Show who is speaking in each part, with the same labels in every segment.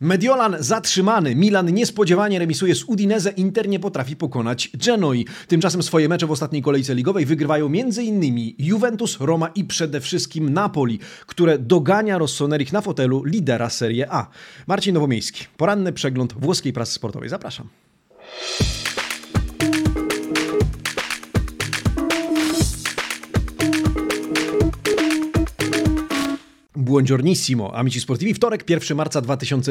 Speaker 1: Mediolan zatrzymany, Milan niespodziewanie remisuje z Udinese, Inter nie potrafi pokonać Genoi. Tymczasem swoje mecze w ostatniej kolejce ligowej wygrywają m.in. Juventus, Roma i przede wszystkim Napoli, które dogania Rossoneri na fotelu lidera Serie A. Marcin Nowomiejski, poranny przegląd włoskiej prasy sportowej. Zapraszam. Buongiornissimo, amici sportivi. Wtorek, 1 marca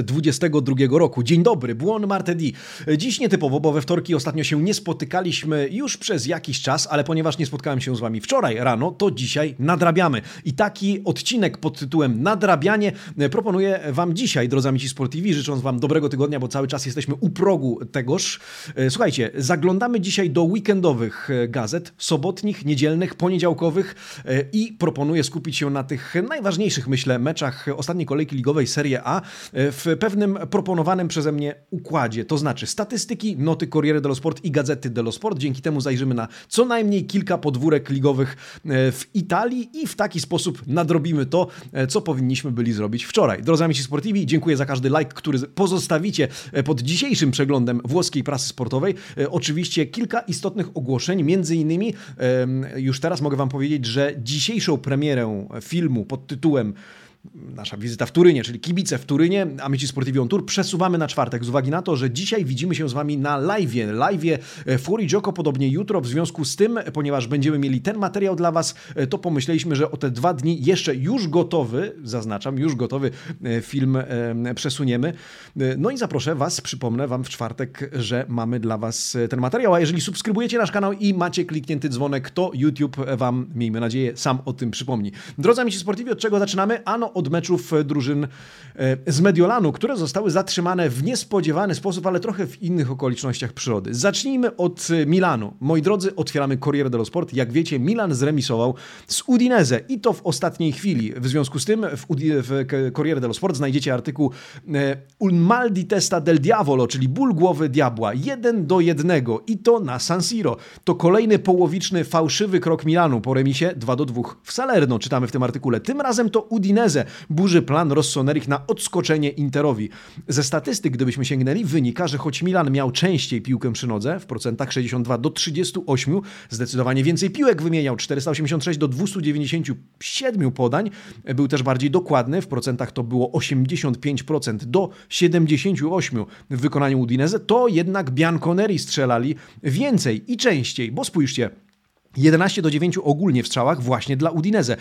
Speaker 1: 2022 roku. Dzień dobry, buon martedì. Dziś nietypowo, bo we wtorki ostatnio się nie spotykaliśmy już przez jakiś czas, ale ponieważ nie spotkałem się z wami wczoraj rano, to dzisiaj nadrabiamy. I taki odcinek pod tytułem Nadrabianie proponuję wam dzisiaj, drodzy amici sportivi, życząc wam dobrego tygodnia, bo cały czas jesteśmy u progu tegoż. Słuchajcie, zaglądamy dzisiaj do weekendowych gazet, sobotnich, niedzielnych, poniedziałkowych i proponuję skupić się na tych najważniejszych, myślę, meczach ostatniej kolejki ligowej Serie A w pewnym proponowanym przeze mnie układzie. To znaczy statystyki, noty Corriere dello Sport i Gazety dello Sport. Dzięki temu zajrzymy na co najmniej kilka podwórek ligowych w Italii i w taki sposób nadrobimy to, co powinniśmy byli zrobić wczoraj. Drodzy amici sportivi, dziękuję za każdy like, który pozostawicie pod dzisiejszym przeglądem włoskiej prasy sportowej. Oczywiście kilka istotnych ogłoszeń, między innymi już teraz mogę wam powiedzieć, że dzisiejszą premierę filmu pod tytułem Nasza wizyta w Turynie, czyli kibice w Turynie, Amici Sportivi on Tour, przesuwamy na czwartek z uwagi na to, że dzisiaj widzimy się z wami na live'ie Fuori Gioco, podobnie jutro. W związku z tym, ponieważ będziemy mieli ten materiał dla was, to pomyśleliśmy, że o te 2 dni jeszcze już gotowy, zaznaczam, już gotowy film przesuniemy. No i zaproszę was, przypomnę wam w czwartek, że mamy dla was ten materiał, a jeżeli subskrybujecie nasz kanał i macie kliknięty dzwonek, to YouTube wam, miejmy nadzieję, sam o tym przypomni. Drodzy Amici Sportivi, od czego zaczynamy? Ano od meczów drużyn z Mediolanu, które zostały zatrzymane w niespodziewany sposób, ale trochę w innych okolicznościach przyrody. Zacznijmy od Milanu. Moi drodzy, otwieramy Corriere dello Sport. Jak wiecie, Milan zremisował z Udinese i to w ostatniej chwili. W związku z tym w Corriere dello Sport znajdziecie artykuł Un mal di testa del diavolo, czyli ból głowy diabła. 1-1 i to na San Siro. To kolejny połowiczny, fałszywy krok Milanu po remisie 2-2 w Salerno. Czytamy w tym artykule. Tym razem to Udinese burzy plan Rossoneri na odskoczenie Interowi. Ze statystyk, gdybyśmy sięgnęli, wynika, że choć Milan miał częściej piłkę przy nodze, w procentach 62-38, zdecydowanie więcej piłek wymieniał, 486-297 podań, był też bardziej dokładny, w procentach to było 85% do 78% w wykonaniu Udinese, to jednak Bianconeri strzelali więcej i częściej, bo spójrzcie, 11-9 ogólnie w strzałach właśnie dla Udinese,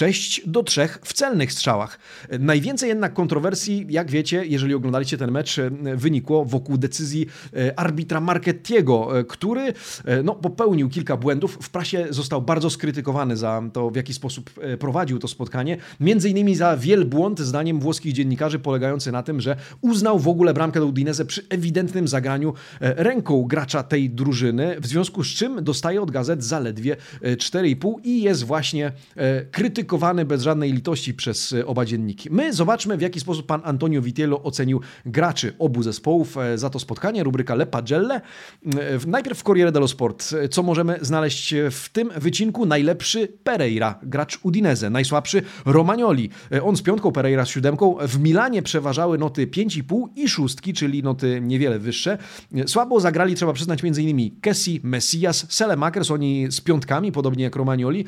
Speaker 1: 6-3 w celnych strzałach. Najwięcej jednak kontrowersji, jak wiecie, jeżeli oglądaliście ten mecz, wynikło wokół decyzji arbitra Marchettiego, który popełnił kilka błędów. W prasie został bardzo skrytykowany za to, w jaki sposób prowadził to spotkanie. Między innymi za wielbłąd, zdaniem włoskich dziennikarzy, polegający na tym, że uznał w ogóle bramkę do Udinese przy ewidentnym zagraniu ręką gracza tej drużyny, w związku z czym dostaje od gazet zaledwie 4,5 i jest właśnie krytykowany bez żadnej litości przez oba dzienniki. My zobaczmy, w jaki sposób pan Antonio Vitiello ocenił graczy obu zespołów za to spotkanie. Rubryka Le Pagelle. Najpierw w Corriere dello Sport. Co możemy znaleźć w tym wycinku? Najlepszy Pereira, gracz Udinese. Najsłabszy Romagnoli. On z 5, Pereira z 7. W Milanie przeważały noty 5,5 i 6, czyli noty niewiele wyższe. Słabo zagrali, trzeba przyznać, m.in. Kessi, Messias, Selemakers, oni z 5, podobnie jak Romagnoli.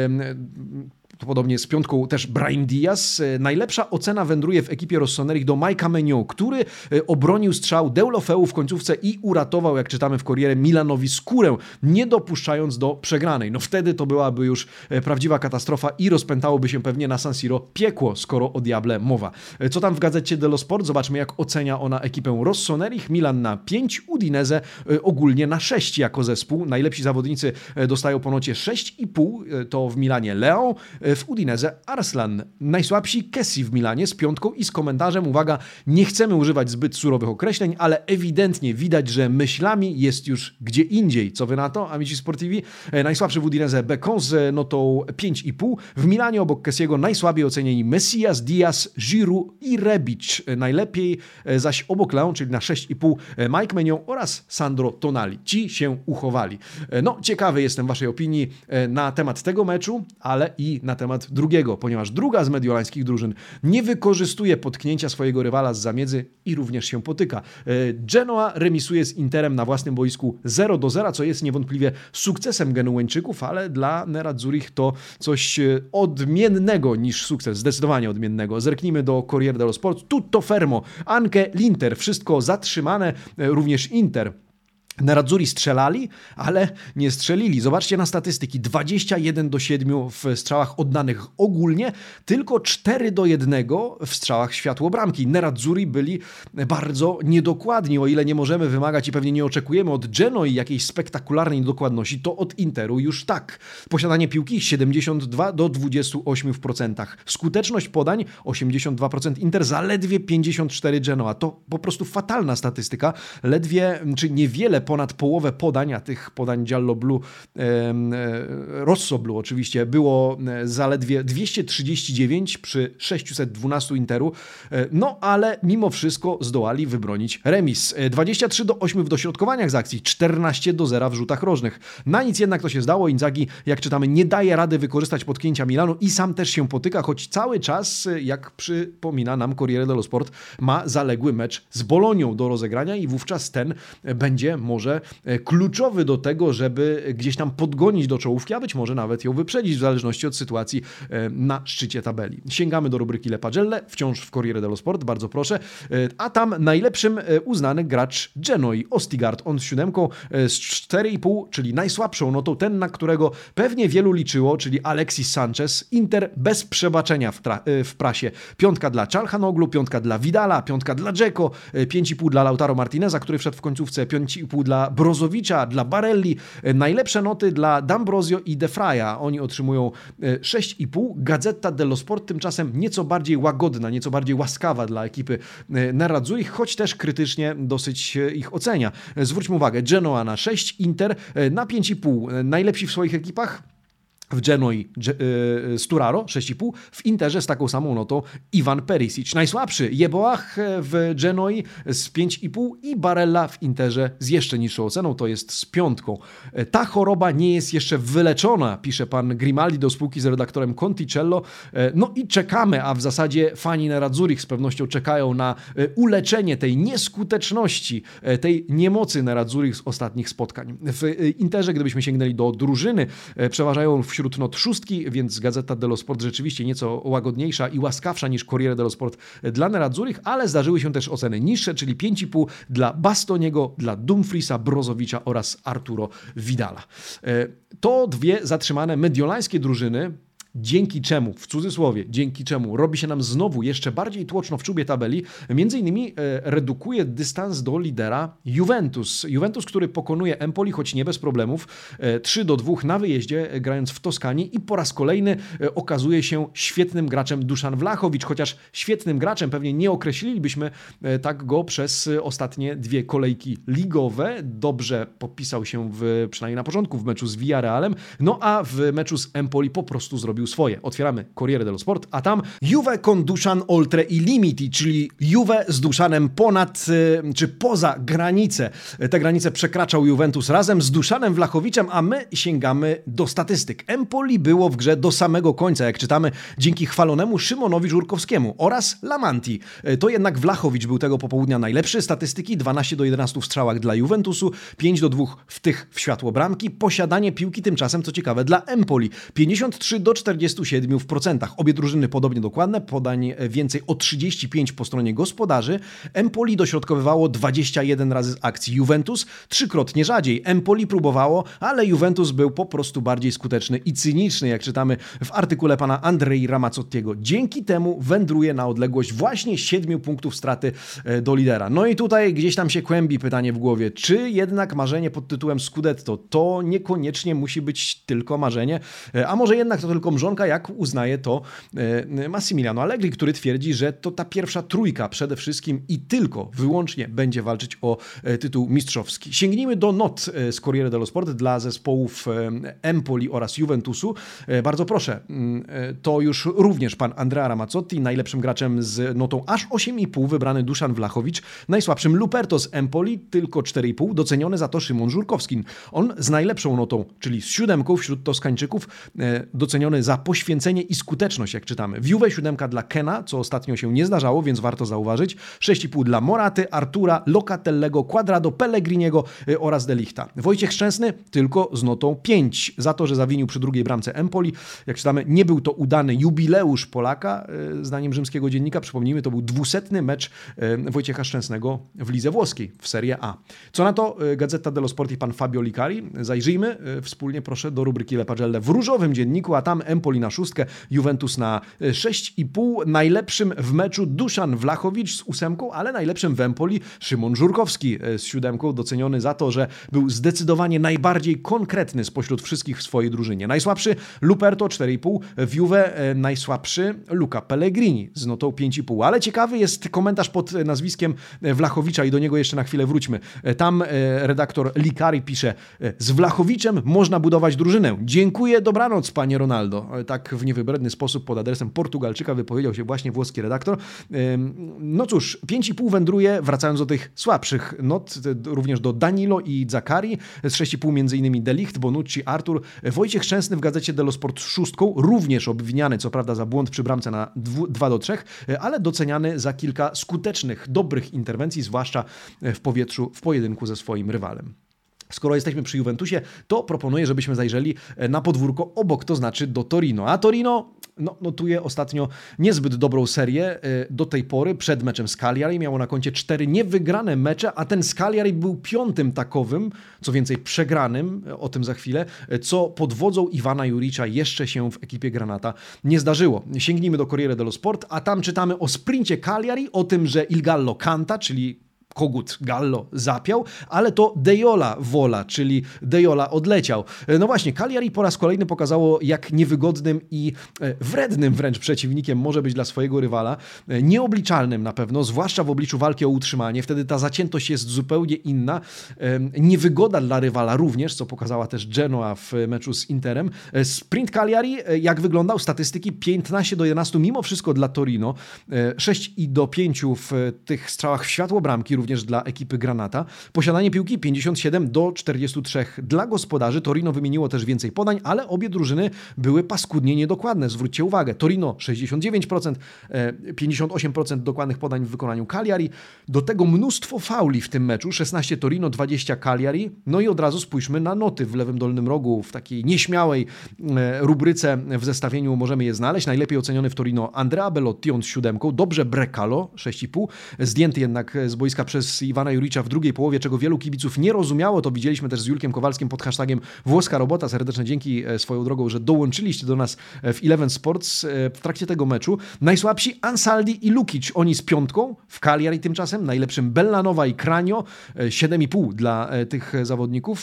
Speaker 1: Podobnie z 5 też Brahim Diaz. Najlepsza ocena wędruje w ekipie Rossoneri do Majka Menion, który obronił strzał Deulofeu w końcówce i uratował, jak czytamy w Corriere, Milanowi skórę, nie dopuszczając do przegranej. No wtedy to byłaby już prawdziwa katastrofa i rozpętałoby się pewnie na San Siro piekło, skoro o diable mowa. Co tam w Gazecie dello Sport? Zobaczmy, jak ocenia ona ekipę Rossoneri. Milan na 5, Udinese ogólnie na 6 jako zespół. Najlepsi zawodnicy dostają po nocie 6,5, to w Milanie Leão, w Udinese Arslan. Najsłabsi Kessi w Milanie z 5 i z komentarzem, uwaga, nie chcemy używać zbyt surowych określeń, ale ewidentnie widać, że myślami jest już gdzie indziej. Co wy na to, amici sportivi? Najsłabszy w Udinese Becon z notą 5,5. W Milanie obok Kessiego najsłabiej ocenieni Messias, Diaz, Giroud i Rebic. Najlepiej zaś obok Leão, czyli na 6,5 Mike Maignan oraz Sandro Tonali. Ci się uchowali. No, ciekawy jestem waszej opinii na temat tego meczu, ale i na temat drugiego, ponieważ druga z mediolańskich drużyn nie wykorzystuje potknięcia swojego rywala z zamiedzy i również się potyka. Genoa remisuje z Interem na własnym boisku 0-0, co jest niewątpliwie sukcesem Genueńczyków, ale dla Nerazzurich to coś odmiennego niż sukces, zdecydowanie odmiennego. Zerknijmy do Corriere dello Sport. Tutto fermo, anche l'Inter, wszystko zatrzymane, również Inter. Nerazzurri strzelali, ale nie strzelili. Zobaczcie na statystyki. 21-7 w strzałach oddanych ogólnie, tylko 4-1 w strzałach światłobramki. Nerazzurri byli bardzo niedokładni, o ile nie możemy wymagać i pewnie nie oczekujemy od Genoi jakiejś spektakularnej niedokładności, to od Interu już tak. Posiadanie piłki 72-28%. Skuteczność podań 82%. Inter zaledwie 54%. Genoa. To po prostu fatalna statystyka. Ledwie, czy niewiele ponad połowę podań, a tych podań Giallo-Blu, Rosso-Blu oczywiście, było zaledwie 239 przy 612 Interu, no ale mimo wszystko zdołali wybronić remis. 23-8 w dośrodkowaniach z akcji, 14-0 w rzutach rożnych. Na nic jednak to się zdało. Inzaghi, jak czytamy, nie daje rady wykorzystać potknięcia Milanu i sam też się potyka, choć cały czas, jak przypomina nam Corriere dello Sport, ma zaległy mecz z Bolonią do rozegrania i wówczas ten będzie może kluczowy do tego, żeby gdzieś tam podgonić do czołówki, a być może nawet ją wyprzedzić w zależności od sytuacji na szczycie tabeli. Sięgamy do rubryki Le Pagelle, wciąż w Corriere dello Sport, bardzo proszę, a tam najlepszym uznany gracz Genoi, Ostigard, on z 7 z 4,5, czyli najsłabszą notą, ten, na którego pewnie wielu liczyło, czyli Alexis Sanchez. Inter bez przebaczenia w prasie. 5 dla Çalhanoğlu, 5 dla Vidala, 5 dla Dzeko, 5,5 dla Lautaro Martineza, który wszedł w końcówce, 5,5 dla Brozowicza, dla Barelli. Najlepsze noty dla D'Ambrosio i De Vrija. Oni otrzymują 6,5. Gazzetta dello Sport tymczasem nieco bardziej łagodna, nieco bardziej łaskawa dla ekipy Nerazzurri, choć też krytycznie dosyć ich ocenia. Zwróćmy uwagę, Genoa na 6, Inter na 5,5. Najlepsi w swoich ekipach? W Genoi Sturaro 6,5, w Interze z taką samą notą Ivan Perisic. Najsłabszy Jeboach w Genoi z 5,5 i Barella w Interze z jeszcze niższą oceną, to jest z 5. Ta choroba nie jest jeszcze wyleczona, pisze pan Grimaldi do spółki z redaktorem Conticello. No i czekamy, a w zasadzie fani Nerazzurich z pewnością czekają na uleczenie tej nieskuteczności, tej niemocy Nerazzurich z ostatnich spotkań. W Interze, gdybyśmy sięgnęli do drużyny, przeważają wśród not 6, więc Gazzetta dello Sport rzeczywiście nieco łagodniejsza i łaskawsza niż Corriere dello Sport dla Nerazzurich, ale zdarzyły się też oceny niższe, czyli 5,5 dla Bastoniego, dla Dumfriesa, Brozowicza oraz Arturo Vidala. To dwie zatrzymane mediolańskie drużyny, dzięki czemu, w cudzysłowie, dzięki czemu robi się nam znowu jeszcze bardziej tłoczno w czubie tabeli, między innymi redukuje dystans do lidera Juventus. Juventus, który pokonuje Empoli, choć nie bez problemów, 3-2 na wyjeździe, grając w Toskanii i po raz kolejny okazuje się świetnym graczem Dušan Vlahović, chociaż świetnym graczem pewnie nie określilibyśmy tak go przez ostatnie dwie kolejki ligowe. Dobrze popisał się przynajmniej na początku w meczu z Villarrealem, no a w meczu z Empoli po prostu zrobił swoje. Otwieramy Corriere dello Sport, a tam Juve con Dušan oltre i limiti, czyli Juve z Dušanem ponad, czy poza granice. Te granice przekraczał Juventus razem z Dušanem Vlahovićem, a my sięgamy do statystyk. Empoli było w grze do samego końca, jak czytamy, dzięki chwalonemu Szymonowi Żurkowskiemu oraz Lamanti. To jednak Vlahović był tego popołudnia najlepszy. Statystyki 12-11 w strzałach dla Juventusu, 5-2 w tych w światło bramki. Posiadanie piłki tymczasem, co ciekawe, dla Empoli 53-47%. Obie drużyny podobnie dokładne, podań więcej o 35 po stronie gospodarzy. Empoli dośrodkowywało 21 razy z akcji. Juventus trzykrotnie rzadziej. Empoli próbowało, ale Juventus był po prostu bardziej skuteczny i cyniczny, jak czytamy w artykule pana Andrei Ramazzottiego. Dzięki temu wędruje na odległość właśnie 7 punktów straty do lidera. No i tutaj gdzieś tam się kłębi pytanie w głowie, czy jednak marzenie pod tytułem Scudetto to niekoniecznie musi być tylko marzenie, a może jednak to tylko mrzonka, jak uznaje to Massimiliano Allegri, który twierdzi, że to ta pierwsza trójka przede wszystkim i tylko, wyłącznie będzie walczyć o tytuł mistrzowski. Sięgnijmy do not z Corriere dello Sport dla zespołów Empoli oraz Juventusu. Bardzo proszę, to już również pan Andrea Ramazzotti, najlepszym graczem z notą aż 8,5 wybrany Dušan Vlahović, najsłabszym Luperto z Empoli, tylko 4,5, doceniony za to Szymon Żurkowski. On z najlepszą notą, czyli z 7 wśród Toskańczyków, doceniony za poświęcenie i skuteczność, jak czytamy. W Juve 7 dla Kena, co ostatnio się nie zdarzało, więc warto zauważyć. 6,5 dla Moraty, Artura, Locatellego, Quadrado, Pellegriniego oraz De Lichta. Wojciech Szczęsny tylko z notą 5 za to, że zawinił przy drugiej bramce Empoli. Jak czytamy, nie był to udany jubileusz Polaka, zdaniem rzymskiego dziennika. Przypomnijmy, to był 200. mecz Wojciecha Szczęsnego w lidze włoskiej, w Serie A. Co na to Gazzetta dello Sport i pan Fabio Licari? Zajrzyjmy wspólnie, proszę, do rubryki Le Pagelle w różowym dzienniku, a tam Empoli na 6, Juventus na 6,5. Najlepszym w meczu Duszan Vlahovic z 8, ale najlepszym w Empoli Szymon Żurkowski z 7, doceniony za to, że był zdecydowanie najbardziej konkretny spośród wszystkich w swojej drużynie. Najsłabszy Luperto 4,5, w Juve najsłabszy Luca Pellegrini z notą 5,5. Ale ciekawy jest komentarz pod nazwiskiem Vlahowicza i do niego jeszcze na chwilę wróćmy. Tam redaktor Licari pisze: z Vlahowiczem można budować drużynę. Dziękuję, dobranoc, panie Ronaldo. Tak w niewybredny sposób pod adresem Portugalczyka wypowiedział się właśnie włoski redaktor. No cóż, 5,5 wędruje, wracając do tych słabszych not, również do Danilo i Zakari, z 6,5 m.in. De Ligt, Bonucci, Artur. Wojciech Szczęsny w Gazecie dello Sport 6, również obwiniany co prawda za błąd przy bramce na 2-3, ale doceniany za kilka skutecznych, dobrych interwencji, zwłaszcza w powietrzu, w pojedynku ze swoim rywalem. Skoro jesteśmy przy Juventusie, to proponuję, żebyśmy zajrzeli na podwórko obok, to znaczy do Torino. A Torino notuje ostatnio niezbyt dobrą serię do tej pory. Przed meczem z Cagliari miało na koncie 4 niewygrane mecze, a ten z Cagliari był 5. takowym, co więcej przegranym, o tym za chwilę, co pod wodzą Iwana Juricza jeszcze się w ekipie Granata nie zdarzyło. Sięgnijmy do Corriere dello Sport, a tam czytamy o sprincie Cagliari, o tym, że Il Gallo canta, czyli kogut Gallo zapiał, ale to Dejola wola, czyli Dejola odleciał. No właśnie, Cagliari po raz kolejny pokazało, jak niewygodnym i wrednym wręcz przeciwnikiem może być dla swojego rywala. Nieobliczalnym na pewno, zwłaszcza w obliczu walki o utrzymanie. Wtedy ta zaciętość jest zupełnie inna. Niewygoda dla rywala również, co pokazała też Genoa w meczu z Interem. Sprint Cagliari, jak wyglądał? Statystyki 15-11 mimo wszystko dla Torino. 6-5 w tych strzałach w światło bramki, również dla ekipy Granata. Posiadanie piłki 57-43 dla gospodarzy. Torino wymieniło też więcej podań, ale obie drużyny były paskudnie niedokładne. Zwróćcie uwagę, Torino 69%, 58% dokładnych podań w wykonaniu Cagliari. Do tego mnóstwo fauli w tym meczu. 16 Torino, 20 Cagliari. No i od razu spójrzmy na noty w lewym dolnym rogu. W takiej nieśmiałej rubryce w zestawieniu możemy je znaleźć. Najlepiej oceniony w Torino Andrea Belotti, on z 7. Dobrze Brecalo, 6,5. Zdjęty jednak z boiska przez Iwana Juricza w drugiej połowie, czego wielu kibiców nie rozumiało. To widzieliśmy też z Julkiem Kowalskim pod hashtagiem Włoska Robota. Serdeczne dzięki swoją drogą, że dołączyliście do nas w Eleven Sports w trakcie tego meczu. Najsłabsi Ansaldi i Lukic, oni z 5. W Cagliari tymczasem. Najlepszym Bellanova i Kranio, 7,5 dla tych zawodników.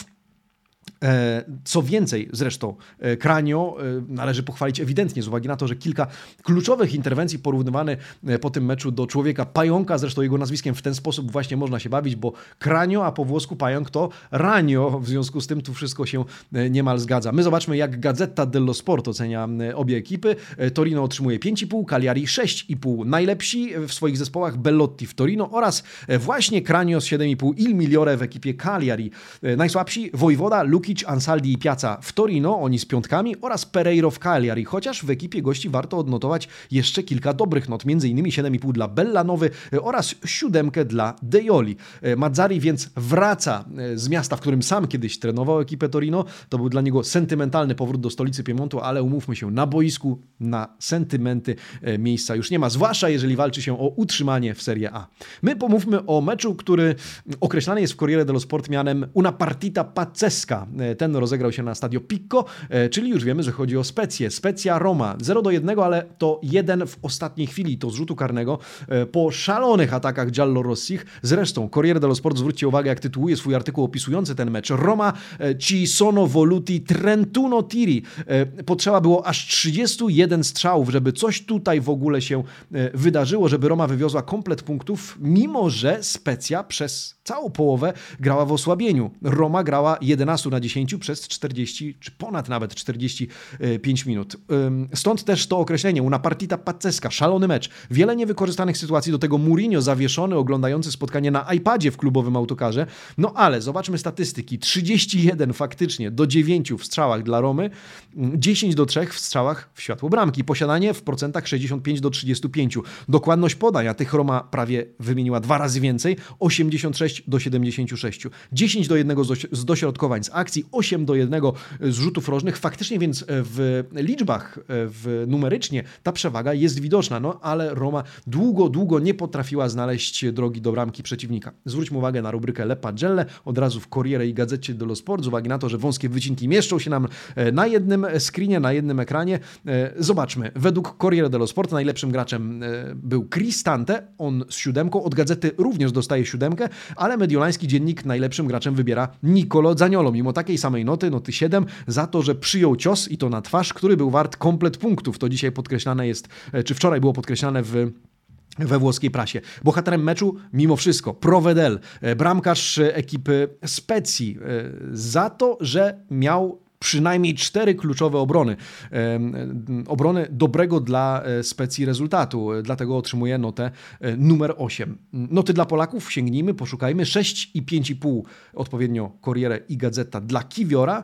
Speaker 1: Co więcej, zresztą Kranio należy pochwalić ewidentnie z uwagi na to, że kilka kluczowych interwencji porównywane po tym meczu do człowieka pająka, zresztą jego nazwiskiem w ten sposób właśnie można się bawić, bo Kranio, a po włosku pająk to Ranio, w związku z tym tu wszystko się niemal zgadza. My zobaczmy, jak Gazzetta dello Sport ocenia obie ekipy. Torino otrzymuje 5,5, Cagliari 6,5. Najlepsi w swoich zespołach Bellotti w Torino oraz właśnie Kranio z 7,5, Il Migliore w ekipie Cagliari. Najsłabsi Wojwoda, Lukic, Ansaldi i Piazza w Torino, oni z 5, oraz Pereiro w Cagliari, chociaż w ekipie gości warto odnotować jeszcze kilka dobrych not, m.in. 7,5 dla Bellanowy oraz 7 dla Dejoli. Mazzari więc wraca z miasta, w którym sam kiedyś trenował ekipę Torino. To był dla niego sentymentalny powrót do stolicy Piemontu, ale umówmy się, na boisku na sentymenty miejsca już nie ma, zwłaszcza jeżeli walczy się o utrzymanie w Serie A. My pomówmy o meczu, który określany jest w Corriere dello Sport mianem una partita pazzesca. Ten rozegrał się na Stadio Picco, czyli już wiemy, że chodzi o Specję. Specja Roma 0-1, ale to 1 w ostatniej chwili, to z rzutu karnego po szalonych atakach giallorossich. Zresztą Corriere dello Sport, zwróćcie uwagę, jak tytułuje swój artykuł opisujący ten mecz. Roma ci sono voluti 31 tiri. Potrzeba było aż 31 strzałów, żeby coś tutaj w ogóle się wydarzyło, żeby Roma wywiozła komplet punktów, mimo że Specja przez całą połowę grała w osłabieniu. Roma grała 11 na 10 przez 40, czy ponad nawet 45 minut. Stąd też to określenie, una partita pazzesca, szalony mecz. Wiele niewykorzystanych sytuacji, do tego Mourinho zawieszony, oglądający spotkanie na iPadzie w klubowym autokarze. No ale zobaczmy statystyki. 31 faktycznie do 9 w strzałach dla Romy, 10 do 3 w strzałach w światło bramki. Posiadanie w procentach 65 do 35. Dokładność podań, a tych Roma prawie wymieniła 2 razy więcej, 86 do 76. 10 do 1 z dośrodkowań z akcji, 8 do 1 z rzutów rożnych. Faktycznie więc w liczbach, numerycznie ta przewaga jest widoczna, no ale Roma długo nie potrafiła znaleźć drogi do bramki przeciwnika. Zwróćmy uwagę na rubrykę Le Pagelle, od razu w Corriere i Gazzecie dello Sport, z uwagi na to, że wąskie wycinki mieszczą się nam na jednym screenie, na jednym ekranie. Zobaczmy, według Corriere dello Sport najlepszym graczem był Cristante, on z 7, od Gazety również dostaje 7, ale mediolański dziennik najlepszym graczem wybiera Nicolo Zaniolo, mimo takiej samej noty 7, za to, że przyjął cios i to na twarz, który był wart komplet punktów. To dzisiaj podkreślane jest, czy wczoraj było podkreślane we włoskiej prasie. Bohaterem meczu, mimo wszystko, Provedel, bramkarz ekipy Specji, za to, że miał przynajmniej 4 kluczowe obrony. Obrony dobrego dla Specji rezultatu. Dlatego otrzymuje notę numer 8. Noty dla Polaków sięgnijmy, poszukajmy. 6 i 5,5 odpowiednio Corriere i Gazeta dla Kiwiora.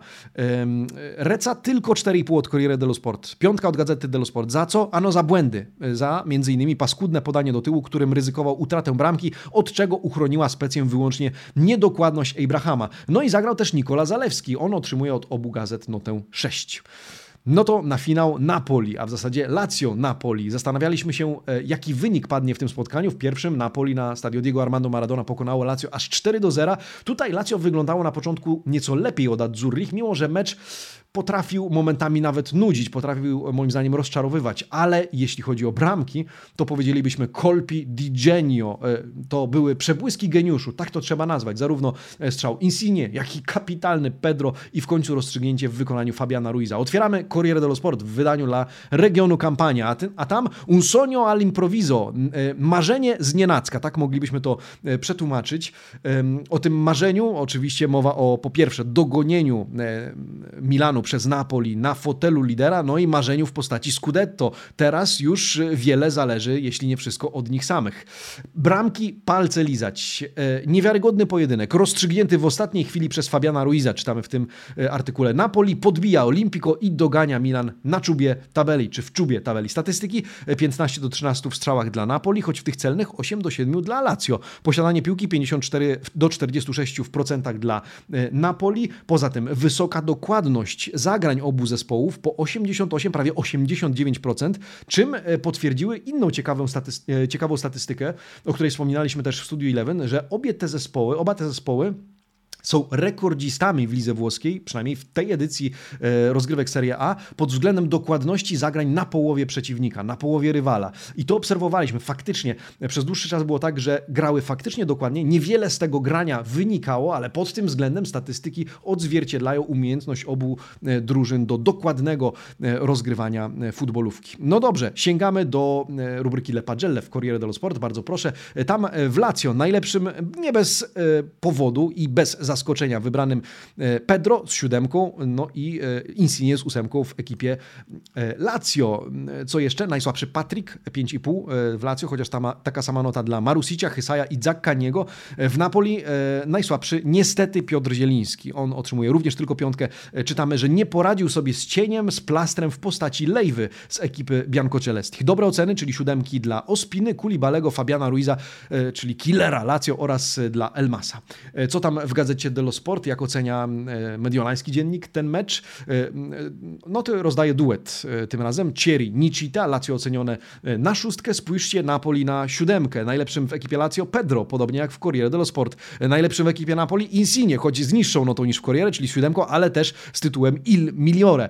Speaker 1: Reca tylko 4,5 od Corriere dello Sport. 5 od Gazety dello Sport. Za co? Ano za błędy. Za m.in. paskudne podanie do tyłu, którym ryzykował utratę bramki, od czego uchroniła Specję wyłącznie niedokładność Abrahama. No i zagrał też Nikola Zalewski. On otrzymuje od obu gazet notę 6. No to na finał Napoli, a w zasadzie Lazio-Napoli. Zastanawialiśmy się, jaki wynik padnie w tym spotkaniu. W pierwszym Napoli na stadio Diego Armando Maradona pokonało Lazio aż 4-0. Tutaj Lazio wyglądało na początku nieco lepiej od Azzurrich, mimo że mecz potrafił momentami nawet nudzić, potrafił moim zdaniem rozczarowywać, ale jeśli chodzi o bramki, to powiedzielibyśmy colpi di genio. To były przebłyski geniuszu, tak to trzeba nazwać. Zarówno strzał Insigne, jak i kapitalny Pedro i w końcu rozstrzygnięcie w wykonaniu Fabiana Ruiza. Otwieramy Corriere dello Sport w wydaniu dla regionu Campania, a tam un sogno all'improvviso, marzenie z nienacka, tak moglibyśmy to przetłumaczyć. O tym marzeniu oczywiście mowa o, po pierwsze, dogonieniu Milanu przez Napoli na fotelu lidera, no i marzeniu w postaci Scudetto. Teraz już wiele zależy, jeśli nie wszystko, od nich samych. Bramki palce lizać. Niewiarygodny pojedynek, rozstrzygnięty w ostatniej chwili przez Fabiana Ruiza, czytamy w tym artykule. Napoli podbija Olimpico i dogania Milan na czubie tabeli, czy w czubie tabeli. Statystyki 15-13 w strzałach dla Napoli, choć w tych celnych 8-7 dla Lazio. Posiadanie piłki 54-46 w procentach dla Napoli. Poza tym wysoka dokładność zagrań obu zespołów po 88, prawie 89%, czym potwierdziły inną ciekawą statystykę, o której wspominaliśmy też w Studiu Eleven, że oba te zespoły są rekordzistami w lidze włoskiej, przynajmniej w tej edycji rozgrywek Serie A, pod względem dokładności zagrań na połowie przeciwnika, na połowie rywala. I to obserwowaliśmy. Faktycznie przez dłuższy czas było tak, że grały faktycznie dokładnie. Niewiele z tego grania wynikało, ale pod tym względem statystyki odzwierciedlają umiejętność obu drużyn do dokładnego rozgrywania futbolówki. No dobrze, sięgamy do rubryki Le Pagelle w Corriere dello Sport. Bardzo proszę. Tam w Lazio najlepszym, nie bez powodu i bez zaskoczenia wybranym Pedro z 7, no i Insigne z 8 w ekipie Lazio. Co jeszcze? Najsłabszy Patrick, 5,5 w Lazio, chociaż taka sama nota dla Marusicia, Hysaja i Zaccaniego. W Napoli najsłabszy niestety Piotr Zieliński. On otrzymuje również tylko 5. Czytamy, że nie poradził sobie z cieniem, z plastrem w postaci Lejwy z ekipy Biancocelestich. Dobre oceny, czyli 7 dla Ospiny, Koulibalego, Fabiana Ruiza, czyli killera Lazio oraz dla Elmasa. Co tam w Gazecie dello Sport, jak ocenia mediolański dziennik ten mecz? Noty rozdaje duet tym razem. Thierry, Nicita, Lazio ocenione na 6. Spójrzcie, Napoli na 7. Najlepszym w ekipie Lazio Pedro, podobnie jak w Corriere dello Sport. Najlepszym w ekipie Napoli Insigne, choć z niższą notą niż w Corriere, czyli 7, ale też z tytułem Il Migliore.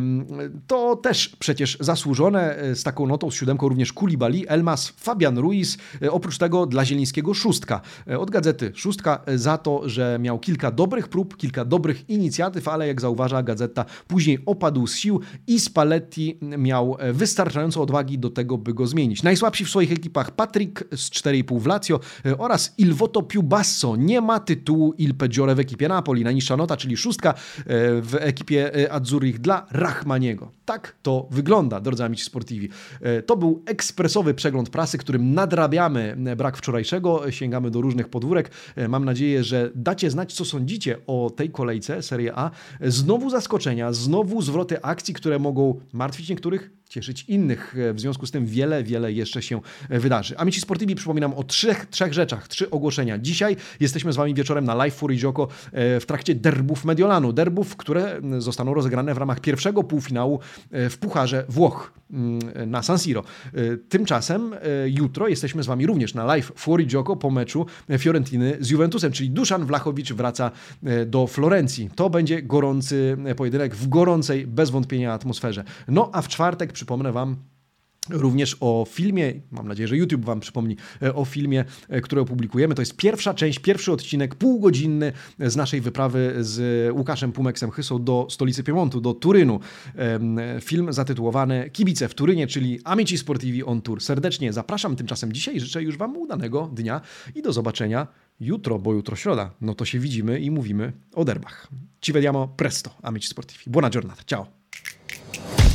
Speaker 1: To też przecież zasłużone, z taką notą z 7 również Koulibaly, Elmas, Fabian Ruiz. Oprócz tego dla Zielińskiego 6. Od Gazety 6 za to, że miał miał kilka dobrych prób, kilka dobrych inicjatyw, ale jak zauważa Gazeta, później opadł z sił i Spalletti miał wystarczająco odwagi do tego, by go zmienić. Najsłabsi w swoich ekipach Patrick z 4,5 w Lazio oraz Il Voto Più Basso. Nie ma tytułu Il Peggiore w ekipie Napoli. Najniższa nota, czyli 6 w ekipie Azzurrich dla Rachmaniego. Tak to wygląda, drodzy amici sportivi. To był ekspresowy przegląd prasy, którym nadrabiamy brak wczorajszego, sięgamy do różnych podwórek. Mam nadzieję, że dacie znać, co sądzicie o tej kolejce Serie A. Znowu zaskoczenia, znowu zwroty akcji, które mogą martwić niektórych, cieszyć innych. W związku z tym wiele jeszcze się wydarzy. Amici Sportivi, przypominam o trzech rzeczach, 3 ogłoszenia. Dzisiaj jesteśmy z wami wieczorem na Live Fuorigioco w trakcie derbów Mediolanu. Derbów, które zostaną rozegrane w ramach pierwszego półfinału w Pucharze Włoch na San Siro. Tymczasem jutro jesteśmy z wami również na Live Fuorigioco po meczu Fiorentiny z Juventusem, czyli Duszan Vlahovic wraca do Florencji. To będzie gorący pojedynek w gorącej, bez wątpienia atmosferze. No a w czwartek przypomnę wam również o filmie, mam nadzieję, że YouTube wam przypomni o filmie, który opublikujemy. To jest pierwsza część, pierwszy odcinek, półgodzinny z naszej wyprawy z Łukaszem Pumeksem Chysą do stolicy Piemontu, do Turynu. Film zatytułowany Kibice w Turynie, czyli Amici Sportivi on Tour. Serdecznie zapraszam tymczasem dzisiaj. Życzę już wam udanego dnia i do zobaczenia jutro, bo jutro środa. No to się widzimy i mówimy o derbach. Ci vediamo presto, Amici Sportivi. Buona giornata. Ciao.